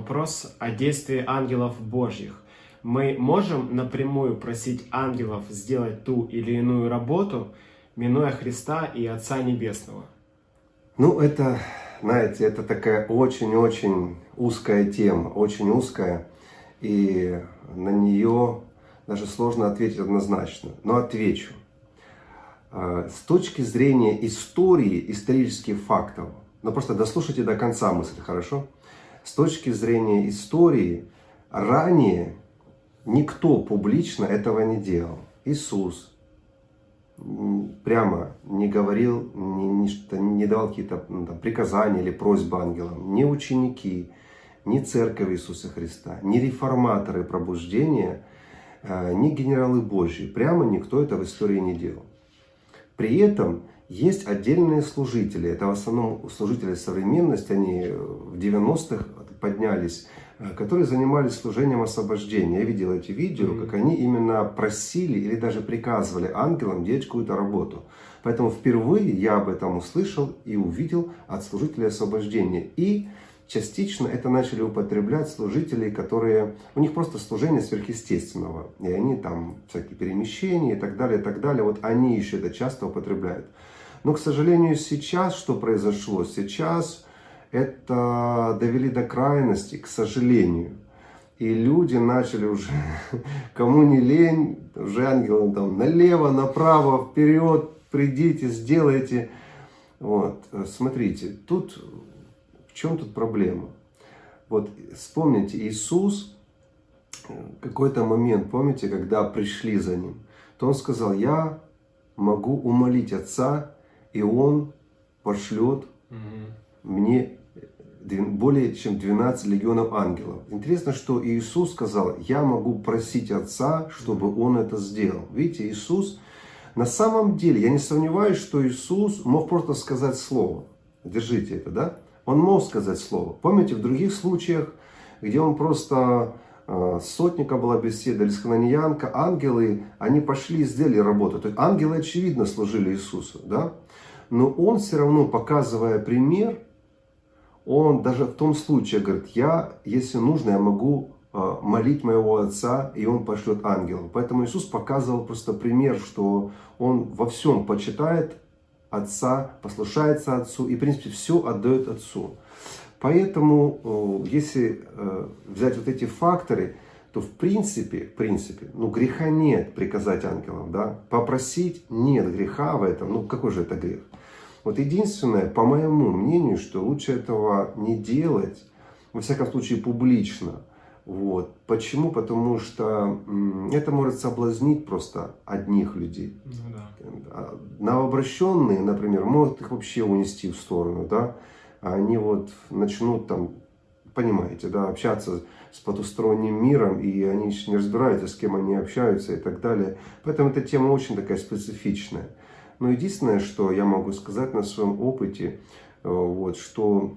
вопрос о действии ангелов Божьих. Мы можем напрямую просить ангелов сделать ту или иную работу, минуя Христа и Отца Небесного? Ну, это, знаете, это такая очень-очень узкая тема, очень узкая, и на нее даже сложно ответить однозначно, но отвечу. С точки зрения истории, исторических фактов, но просто дослушайте до конца мысль, хорошо? С точки зрения истории, ранее никто публично этого не делал. Иисус прямо не говорил, не давал какие-то приказания или просьбы ангелам. Ни ученики, ни церковь Иисуса Христа, ни реформаторы пробуждения, ни генералы Божьи. Прямо никто это в истории не делал. При этом есть отдельные служители. Это в основном служители современности. Они в 90-х поднялись, которые занимались служением освобождения. Я видел эти видео, как они именно просили или даже приказывали ангелам делать какую-то работу. Поэтому впервые я об этом услышал и увидел от служителей освобождения. И частично это начали употреблять служители, которые... У них просто служение сверхъестественного. И они там всякие перемещения и так далее, и так далее. Вот они еще это часто употребляют. Но, к сожалению, сейчас что произошло? Сейчас это довели до крайности, к сожалению. И люди начали уже, кому не лень, уже ангелам там налево, направо, вперед, придите, сделайте. Вот, смотрите, тут в чем тут проблема? Вот вспомните, Иисус в какой-то момент, помните, когда пришли за Ним, то Он сказал: я могу умолить Отца, и Он пошлет мне более чем 12 легионов ангелов. Интересно, что Иисус сказал: я могу просить Отца, чтобы Он это сделал. Видите, Иисус, на самом деле, я не сомневаюсь, что Иисус мог просто сказать слово. Держите это, да? Он мог сказать слово. Помните, в других случаях, где Он просто... сотника была беседа, или с хананеянка, ангелы, они пошли и сделали работу. То есть ангелы, очевидно, служили Иисусу, да? Но Он все равно, показывая пример, Он даже в том случае говорит: я, если нужно, я могу молить моего Отца, и Он пошлет ангелов. Поэтому Иисус показывал просто пример, что Он во всем почитает Отца, послушается Отцу и, в принципе, все отдает Отцу. Поэтому, если взять вот эти факторы, то в принципе, ну, греха нет приказать ангелам, да? Попросить нет греха в этом. Ну, какой же это грех? Вот единственное, по моему мнению, что лучше этого не делать, во всяком случае, публично. Вот. Почему? Потому что это может соблазнить просто одних людей. Ну, да. Новообращенные, например, могут их вообще унести в сторону, да? Они вот начнут там, понимаете, да, общаться с потусторонним миром, и они не разбираются, с кем они общаются и так далее. Поэтому эта тема очень такая специфичная. Но единственное, что я могу сказать на своем опыте, вот, что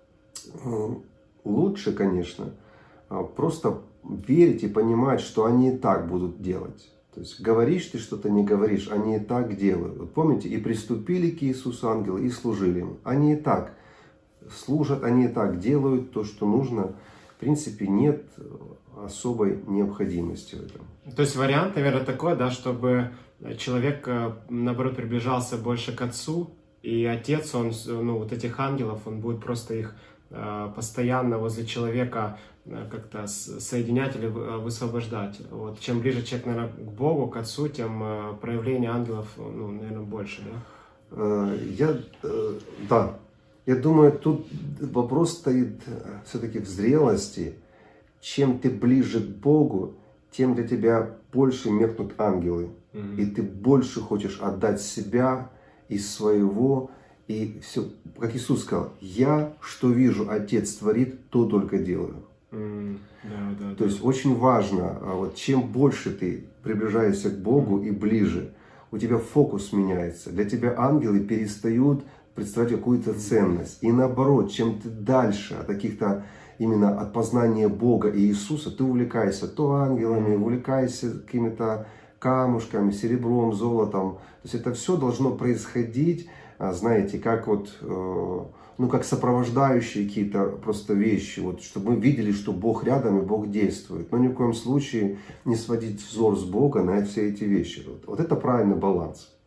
лучше, конечно, просто верить и понимать, что они и так будут делать. То есть говоришь ты что-то, не говоришь, они и так делают. Вот помните, и приступили к Иисусу ангелы, и служили Ему. Они и так служат, они и так делают то, что нужно. В принципе, нет особой необходимости в этом. То есть вариант, наверное, такой, да, чтобы человек, наоборот, приближался больше к Отцу, и Отец, он, ну, вот этих ангелов, он будет просто их постоянно возле человека как-то соединять или высвобождать. Вот. Чем ближе человек, наверное, к Богу, к Отцу, тем проявление ангелов, ну, наверное, больше, да? Да. Я думаю, тут вопрос стоит все-таки в зрелости. Чем ты ближе к Богу, тем для тебя больше меркнут ангелы. И ты больше хочешь отдать себя из своего. И все, как Иисус сказал: я, что вижу, Отец творит, то только делаю. То есть очень важно, вот чем больше ты приближаешься к Богу и ближе, у тебя фокус меняется. Для тебя ангелы перестают представлять какую-то ценность. И наоборот, чем ты дальше от каких-то именно от познания Бога и Иисуса, ты увлекаешься то ангелами, увлекаешься какими-то камушками, серебром, золотом. То есть это все должно происходить, знаете, как вот ну, как сопровождающие какие-то просто вещи, вот, чтобы мы видели, что Бог рядом и Бог действует. Но ни в коем случае не сводить взор с Бога на все эти вещи. Вот это правильный баланс.